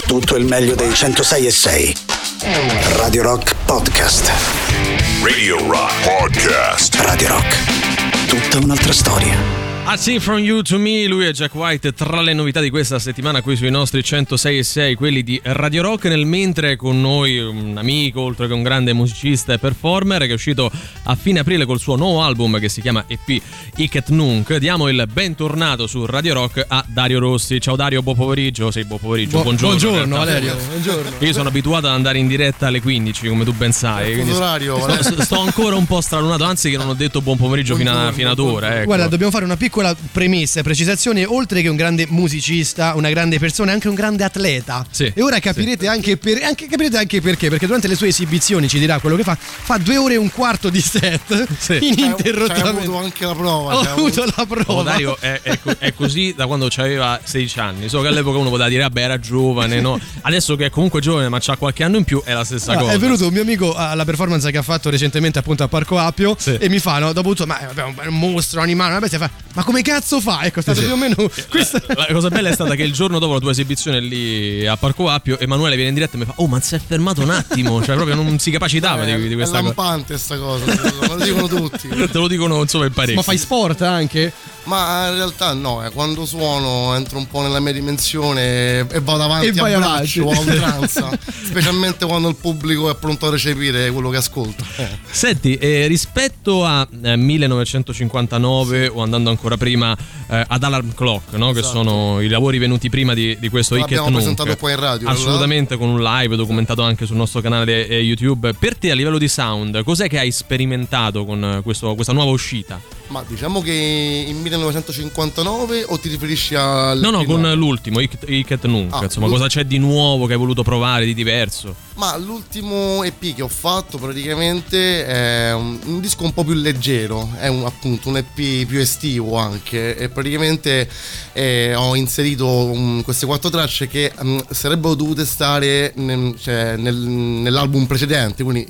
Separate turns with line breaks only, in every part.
tutto il meglio dei 106.6. Radio Rock Podcast.
Radio Rock Podcast.
Radio Rock, tutta un'altra storia.
I See From You To Me, lui è Jack White, tra le novità di questa settimana qui sui nostri 106.6, quelli di Radio Rock. Nel mentre con noi un amico, oltre che un grande musicista e performer, che è uscito a fine aprile col suo nuovo album che si chiama EP Ik et Nunc. Diamo il bentornato su Radio Rock a Dario Rossi. Ciao Dario, buon pomeriggio. Sì, buon pomeriggio, buongiorno.
Buongiorno Valerio, buongiorno.
Io sono abituato ad andare in diretta alle 15, come tu ben sai. Sto ancora un po' stralunato, anzi che non ho detto buon pomeriggio fino ad ora. Ecco.
Guarda, dobbiamo fare una piccola premessa e precisazione. Oltre che un grande musicista, una grande persona, è anche un grande atleta.
Sì,
e ora capirete anche perché durante le sue esibizioni ci dirà quello che fa 2 ore e un quarto di set ininterrottamente.
Hai avuto anche la prova.
Ho avuto la prova.
Dario è così da quando aveva 16 anni. So che all'epoca uno poteva dire vabbè era giovane, no? Adesso che è comunque giovane ma c'ha qualche anno in più è la stessa cosa.
È venuto un mio amico alla performance che ha fatto recentemente appunto a Parco Appio, e mi fa, no, dopo tutto, ma è un mostro animale, una bestia, ma come cazzo fa? Ecco, è stato più o meno questa.
La cosa bella è stata che il giorno dopo la tua esibizione lì a Parco Appio, Emanuele viene in diretta e mi fa oh ma si è fermato un attimo, cioè proprio non si capacitava di questa cosa.
È lampante sta cosa, me lo dicono tutti.
Te lo dicono insomma in parecchio.
Ma fai sport anche?
Ma in realtà no, quando suono entro un po' nella mia dimensione e vado avanti a braccio, a oltranza, specialmente quando il pubblico è pronto a recepire quello che ascolta.
Senti, rispetto a 1959 o andando ancora prima ad Alarm Clock, no? Esatto. Che sono i lavori venuti prima di questo Ik et Nunc.
L'abbiamo presentato poi in radio.
Assolutamente, con un live documentato anche sul nostro canale YouTube. Per te a livello di sound, cos'è che hai sperimentato con questa nuova uscita?
Ma diciamo che in 1959 o ti riferisci al...
No, con l'ultimo, Ik et Nunc, insomma, cosa c'è di nuovo che hai voluto provare, di diverso?
Ma l'ultimo EP che ho fatto praticamente è un disco un po' più leggero, è appunto un EP più estivo anche, e praticamente ho inserito queste 4 tracce che sarebbero dovute stare nell'album precedente, quindi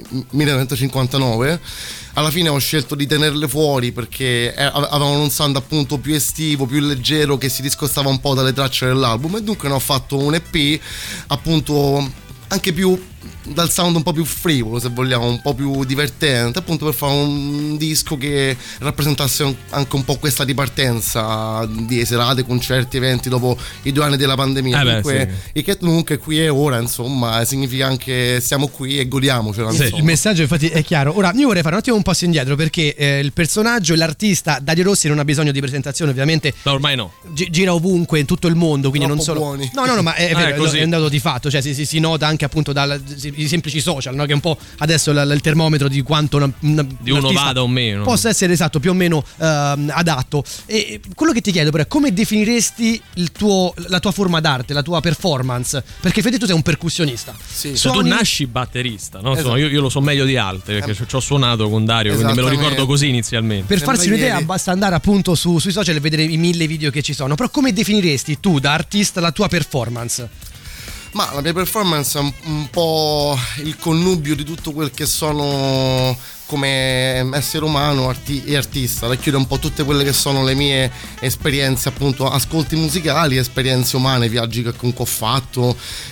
1959. Alla fine ho scelto di tenerle fuori perché avevano un sound appunto più estivo, più leggero, che si discostava un po' dalle tracce dell'album, e dunque ne ho fatto un EP appunto anche più dal sound un po' più frivolo, se vogliamo, un po' più divertente, appunto per fare un disco che rappresentasse anche un po' questa ripartenza di serate, concerti, eventi dopo i 2 anni della pandemia. Dunque Ik et Nunc è qui e ora, insomma, significa anche siamo qui e godiamocela.
Il messaggio infatti è chiaro. Ora io vorrei fare un attimo un passo indietro, perché il personaggio e l'artista Dario Rossi non ha bisogno di presentazione, ovviamente.
Ma ormai no.
Gira ovunque in tutto il mondo, quindi
troppo
non solo
buoni.
No, ma è vero, è un dato di fatto, cioè si nota anche appunto i semplici social, no? Che è un po' adesso il termometro di quanto
di uno vada o meno
possa essere esatto, più o meno adatto. E quello che ti chiedo però è come definiresti la tua forma d'arte, la tua performance, perché Fede tu sei un percussionista.
Sì. Tu nasci batterista, no? Esatto. Io lo so meglio di altri perché ci ho suonato con Dario, quindi me lo ricordo così inizialmente.
Per farsi un'idea basta andare appunto sui social e vedere i 1000 video che ci sono. Però come definiresti tu da artista la tua performance?
Ma la mia performance è un po' il connubio di tutto quel che sono come essere umano e artista, racchiude un po' tutte quelle che sono le mie esperienze, appunto ascolti musicali, esperienze umane, viaggi che comunque ho fatto,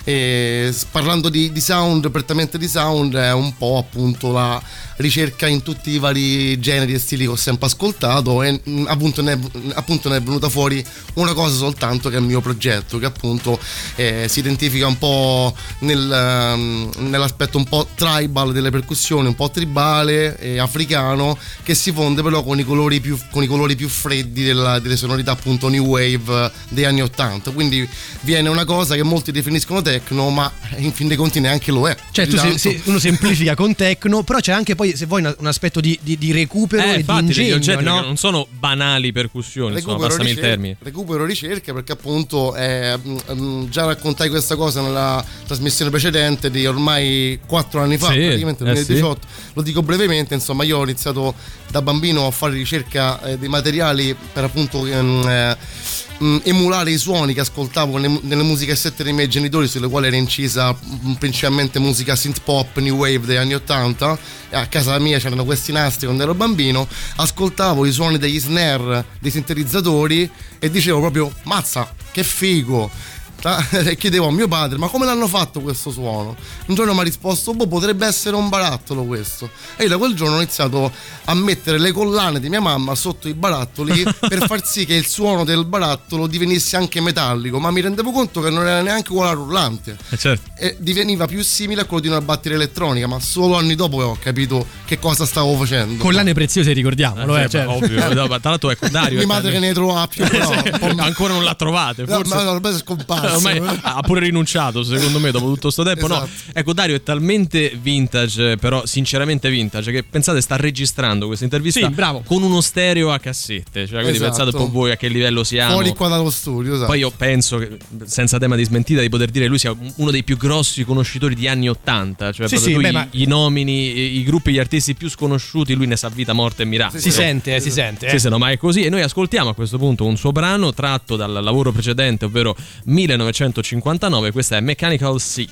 e parlando di sound, prettamente di sound, è un po' appunto la ricerca in tutti i vari generi e stili che ho sempre ascoltato, e appunto ne è venuta fuori una cosa soltanto, che è il mio progetto, che appunto si identifica un po' nell'aspetto un po' tribal delle percussioni, un po' tribale e africano, che si fonde però con i colori più freddi delle sonorità appunto new wave degli anni 80, quindi viene una cosa che molti definiscono techno, ma in fin dei conti neanche lo è.
Cioè uno semplifica con techno, però c'è anche poi, se vuoi, un aspetto di recupero e
infatti,
di ingegno, no?
Non sono banali percussioni, insomma, passami il termine.
Recupero, ricerca, perché appunto già raccontai questa cosa nella trasmissione precedente di ormai 4 anni fa, praticamente nel 2018. Lo dico brevemente, insomma, io ho iniziato da bambino a fare ricerca dei materiali per appunto emulare i suoni che ascoltavo nelle musicassette dei miei genitori, sulle quali era incisa principalmente musica synth pop, new wave degli anni 80. A casa mia c'erano questi nastri quando ero bambino, ascoltavo i suoni degli snare, dei sintetizzatori, e dicevo proprio mazza, che figo, diretta e chiedevo a mio padre: ma come l'hanno fatto questo suono? Un giorno mi ha risposto: boh, potrebbe essere un barattolo questo. E io da quel giorno ho iniziato a mettere le collane di mia mamma sotto i barattoli per far sì che il suono del barattolo divenisse anche metallico, ma mi rendevo conto che non era neanche quella rullante,
certo.
E diveniva più simile a quello di una batteria elettronica, ma solo anni dopo ho capito che cosa stavo facendo.
Collane preziose, ricordiamolo, certo.
Ovvio. Tra l'altro ecco, Dario
mia madre che ne trova più, però
ancora non l'ha trovate, forse
ormai è scomparso.
Ormai ha pure rinunciato, secondo me, dopo tutto sto tempo.
Esatto.
No, ecco, Dario è talmente vintage, però sinceramente vintage, che pensate sta registrando questa intervista,
sì, bravo,
con uno stereo a cassette, cioè quindi pensate un po' voi a che livello siamo.
Fuori qua dallo studio, esatto.
Poi io penso che, senza tema di smentita, di poter dire lui sia uno dei più grossi conoscitori di anni 80, cioè
sì,
proprio
sì,
tu i nomini, i gruppi, gli artisti più sconosciuti, lui ne sa vita, morte e miracoli.
Si sente.
Sì, no, ma è così. E noi ascoltiamo a questo punto un suo brano tratto dal lavoro precedente, ovvero 1959. Questa è Mechanical Sea.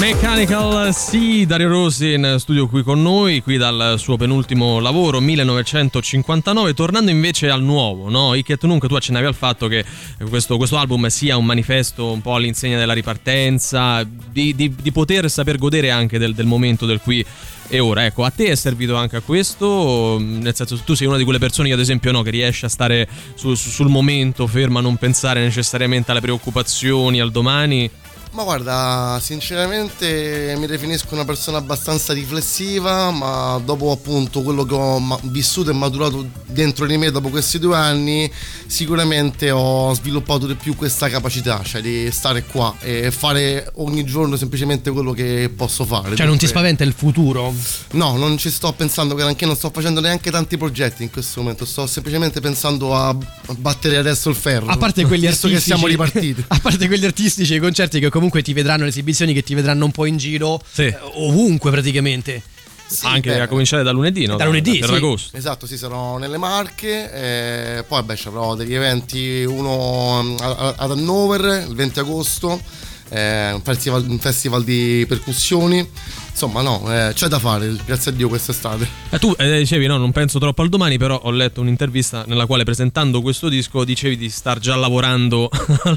Mechanical Sea, Dario Rossi in studio qui con noi, qui dal suo penultimo lavoro 1959. Tornando invece al nuovo, no? Hic et Nunc, tu accennavi al fatto che questo album sia un manifesto un po' all'insegna della ripartenza, di poter saper godere anche del momento del qui e ora. Ecco, a te è servito anche a questo? Nel senso, tu sei una di quelle persone che ad esempio no, che riesce a stare sul momento, ferma, a non pensare necessariamente alle preoccupazioni, al domani?
Ma guarda, sinceramente mi definisco una persona abbastanza riflessiva, ma dopo appunto quello che ho vissuto e maturato dentro di me dopo questi 2 anni, sicuramente ho sviluppato di più questa capacità, cioè di stare qua e fare ogni giorno semplicemente quello che posso fare.
Cioè non ti spaventa il futuro?
No, non ci sto pensando granché, non sto facendo neanche tanti progetti in questo momento, sto semplicemente pensando a battere adesso il ferro.
A parte quelli
visto
artistici,
che siamo ripartiti.
A parte quelli artistici, i concerti che comunque ti vedranno, le esibizioni che ti vedranno un po' in giro,
sì,
ovunque praticamente.
Sì, anche a cominciare da lunedì, no?
Da lunedì,
per
sì.
agosto.
Esatto, sì, sarò nelle Marche, poi beh, ci avrò degli eventi, uno ad Hannover il 20 agosto, un festival di percussioni. Insomma, no, c'è da fare, grazie a Dio, quest'estate.
Tu dicevi, no, non penso troppo al domani, però ho letto un'intervista nella quale, presentando questo disco, dicevi di star già lavorando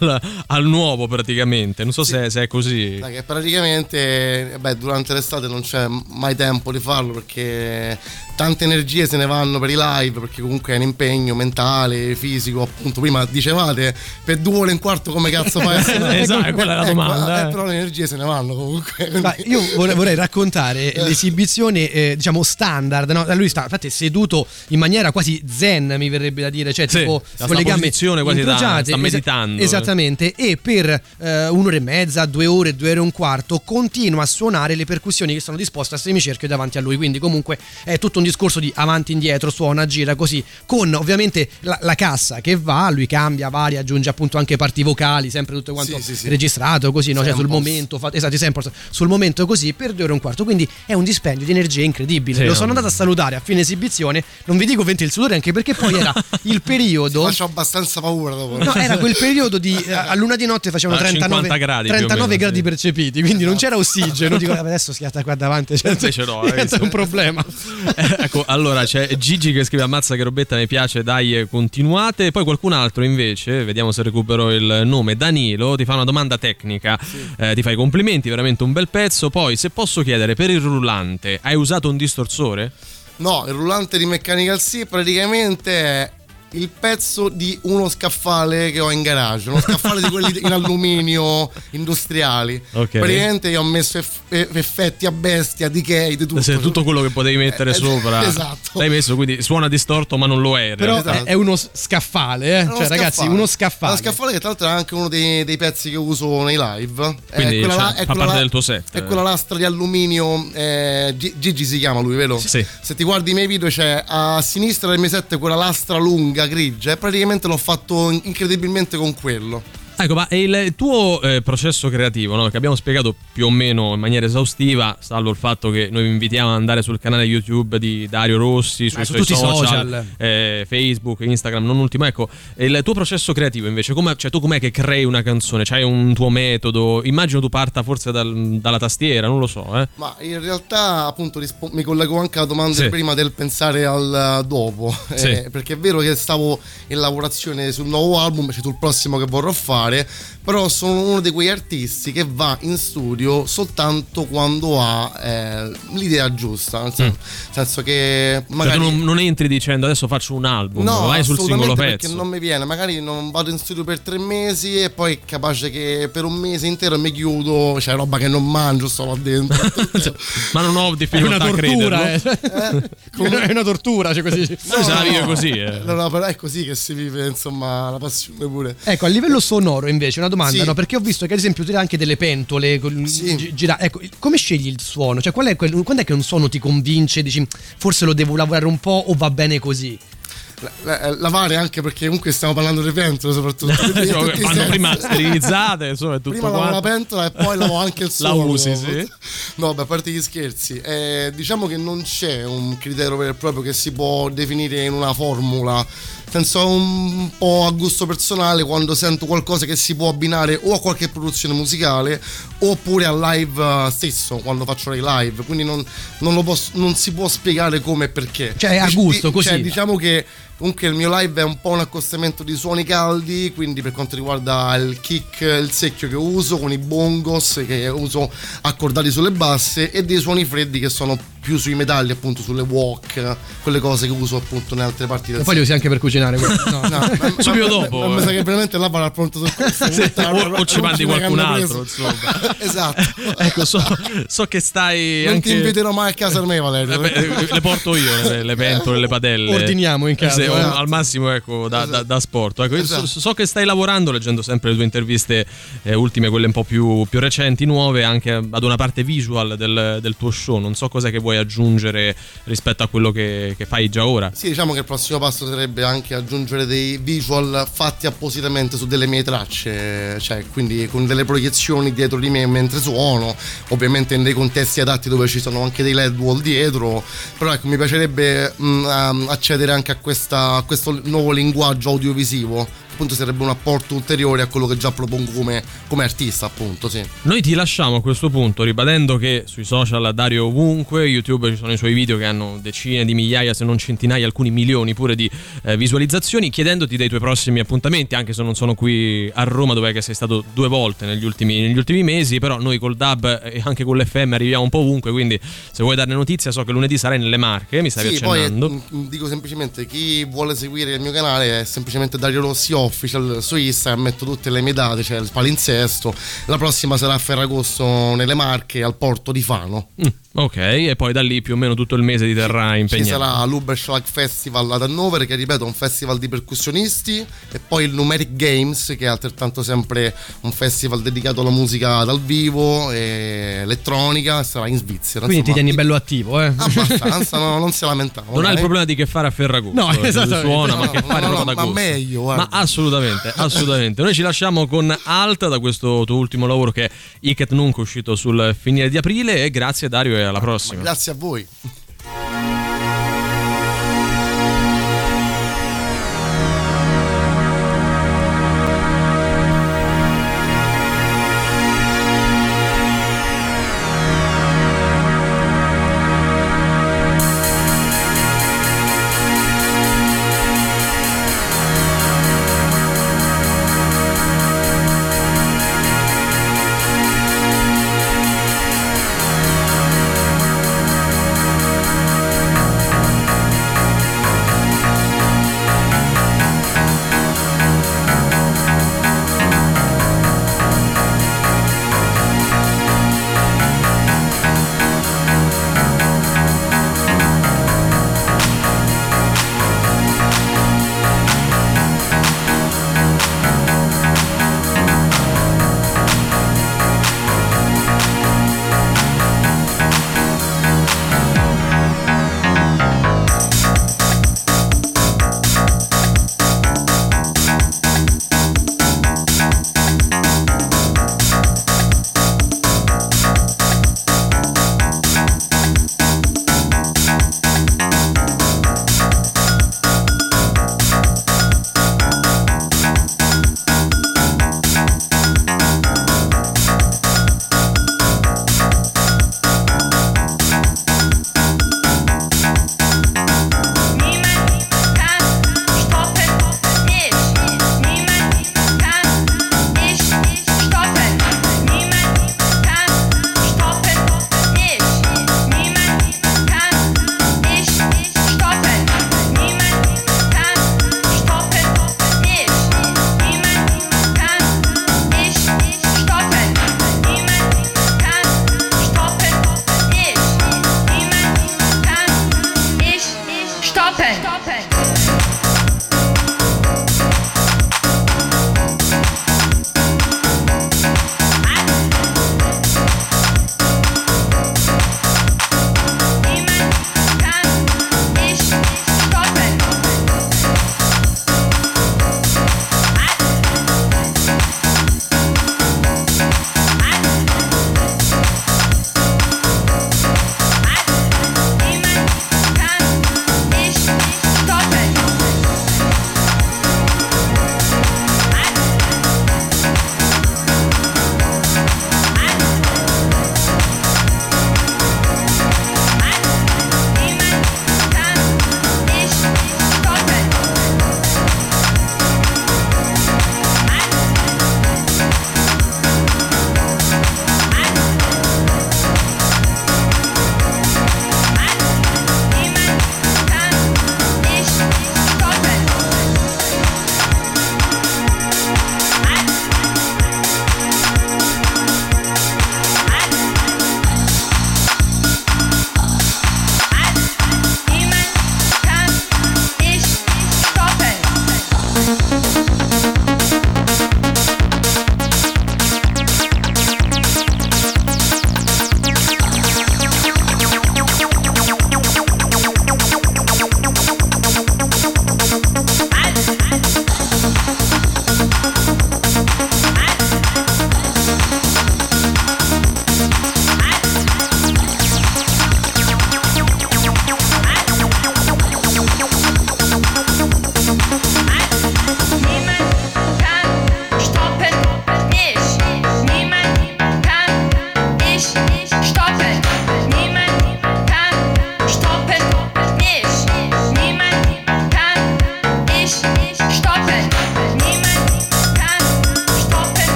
al nuovo praticamente. Non so se è così.
Che praticamente, durante l'estate non c'è mai tempo di farlo, perché tante energie se ne vanno per i live, perché comunque è un impegno mentale, fisico. Appunto, prima dicevate, per 2 ore e un quarto come cazzo fai?
Esatto, quella è la domanda.
Però le energie se ne vanno comunque.
Ma io vorrei raccontare l'esibizione diciamo standard, no? Lui sta infatti seduto in maniera quasi zen, mi verrebbe da dire, cioè
sì,
tipo
con le gambe quasi
incrociate,
sta meditando.
Esattamente, e per 1 ora e mezza, 2 ore, 2 ore e un quarto continua a suonare le percussioni che sono disposte a semicerchio davanti a lui, quindi comunque è tutto un discorso di avanti indietro, suona, gira così, con ovviamente la cassa che va, lui cambia, varia, aggiunge appunto anche parti vocali, sempre tutto quanto
sì.
registrato così, no? Cioè sul momento, esatto, sempre sul momento così, per 2 ore e un quarto, quindi è un dispendio di energia incredibile. Lo sono andato a salutare a fine esibizione, non vi dico 20 il sudore, anche perché poi era il periodo,
faccio abbastanza paura dopo.
No, era quel periodo di a luna di notte facevano 39 gradi percepiti, quindi non c'era ossigeno. Dico adesso schiatta qua davanti, cioè, diventa un problema.
Ecco, allora c'è Gigi che scrive: ammazza che robetta, mi piace, dai, continuate. Poi qualcun altro invece, vediamo se recupero il nome, Danilo, ti fa una domanda tecnica. Ti fa i complimenti, veramente un bel pezzo. Poi, se posso chiedere, per il rullante hai usato un distorsore?
No, il rullante di Mechanical Sea praticamente è il pezzo di uno scaffale che ho in garage, uno scaffale di quelli in alluminio industriali.
Okay.
Praticamente io ho messo effetti a bestia, decay, di tutto.
Tutto quello che potevi mettere sopra.
Esatto.
L'hai messo, quindi suona distorto ma non lo è.
Però
esatto.
è uno scaffale,
Uno
cioè ragazzi, uno scaffale.
Uno scaffale che tra l'altro è anche uno dei pezzi che uso nei live.
Quindi fa parte del tuo set.
È quella lastra di alluminio, Gigi si chiama lui, vero?
Sì.
Se ti guardi i miei video c'è a sinistra del mio set quella lastra lunga grigia, e praticamente l'ho fatto incredibilmente con quello.
Ecco, ma il tuo processo creativo, no? Che abbiamo spiegato più o meno in maniera esaustiva, salvo il fatto che noi vi invitiamo ad andare sul canale YouTube di Dario Rossi, sui suoi
tutti i
social. Facebook, Instagram, non ultimo. Ecco, il tuo processo creativo invece, tu com'è che crei una canzone? C'hai un tuo metodo? Immagino tu parta forse dalla tastiera, non lo so.
Ma in realtà appunto mi collego anche alla domanda prima del pensare al dopo, perché è vero che stavo in lavorazione sul nuovo album, cioè sul prossimo che vorrò fare, però sono uno di quegli artisti che va in studio soltanto quando ha l'idea giusta, nel senso che magari
tu non entri dicendo adesso faccio un album, vai sul singolo pezzo,
perché non mi viene, magari non vado in studio per 3 mesi e poi capace che per un mese intero mi chiudo, c'è roba che non mangio, sto là dentro.
Ma non ho difficoltà a crederlo.
È una tortura, cioè così.
No, se la vive così.
No, però è così che si vive, insomma, la passione pure.
Ecco, a livello sonoro invece una domanda, no? Perché ho visto che ad esempio tu hai anche delle pentole ecco, come scegli il suono? Cioè quando è che un suono ti convince, dici forse lo devo lavorare un po' o va bene così?
lavare, anche perché comunque stiamo parlando di pentole soprattutto.
Vanno prima sterilizzate, insomma, tutto
prima lavo la pentola e poi lavo anche il suolo.
La usi, sì.
No, beh, a parte gli scherzi, diciamo che non c'è un criterio vero e proprio che si può definire in una formula. Penso un po' a gusto personale, quando sento qualcosa che si può abbinare o a qualche produzione musicale oppure al live stesso, quando faccio i live, quindi non si può spiegare come e perché,
cioè a gusto così,
cioè, diciamo che comunque il mio live è un po' un accostamento di suoni caldi, quindi per quanto riguarda il kick, il secchio che uso con i bongos che uso accordati sulle basse, e dei suoni freddi che sono più sui metalli, appunto sulle wok, quelle cose che uso appunto in altre parti del
e poi li usi anche per cucinare. No.
Subito dopo
mi sa che veramente là al pronto soccorso.
Sì, o ci mandi qualcun altro, insomma.
Esatto.
Ecco, so che stai
non
anche...
ti inviterò mai a casa per me, Valerio.
Le porto io le pentole, le padelle.
Ordiniamo in casa.
Sì, al massimo, ecco, da sport. Ecco,
esatto.
So che stai lavorando, leggendo sempre le tue interviste ultime, quelle un po' più recenti, nuove, anche ad una parte visual del tuo show. Non so cosa che vuoi aggiungere rispetto a quello che fai già ora.
Sì, diciamo che il prossimo passo sarebbe anche aggiungere dei visual fatti appositamente su delle mie tracce, cioè quindi con delle proiezioni dietro di me mentre suono, ovviamente in dei contesti adatti dove ci sono anche dei LED wall dietro, però ecco, mi piacerebbe accedere anche a questo nuovo linguaggio audiovisivo. Appunto sarebbe un apporto ulteriore a quello che già propongo come artista, appunto, sì.
Noi ti lasciamo a questo punto ribadendo che sui social Dario ovunque, YouTube ci sono i suoi video che hanno decine di migliaia, se non centinaia, alcuni milioni pure di visualizzazioni, chiedendoti dei tuoi prossimi appuntamenti, anche se non sono qui a Roma, dove sei stato 2 volte negli ultimi mesi, però noi col DAB e anche con l'FM arriviamo un po' ovunque, quindi se vuoi darne notizia, so che lunedì sarai nelle Marche, mi stavi accennando.
Poi dico semplicemente, chi vuole seguire il mio canale è semplicemente Dario Rossi Official su Instagram, metto tutte le mie date, c'è il palinsesto. La prossima sarà a Ferragosto nelle Marche, al porto di Fano.
Ok, e poi da lì più o meno tutto il mese ti terrà impegnato.
Ci sarà l'Uberschlag Festival ad Hannover, che ripeto è un festival di percussionisti, e poi il Numeric Games, che è altrettanto sempre un festival dedicato alla musica dal vivo e elettronica, sarà in Svizzera.
Quindi ti tieni bello attivo,
Abbastanza, no, non si lamentava.
Non hai il problema di che fare a Ferragosto.
No, esattamente.
Suona, ma che fare proprio da
ma
gusto.
meglio, guarda.
Ma assolutamente. Noi ci lasciamo con Alt, da questo tuo ultimo lavoro che è Iket Nunc, uscito sul finire di aprile, e grazie Dario e alla prossima.
Grazie a voi.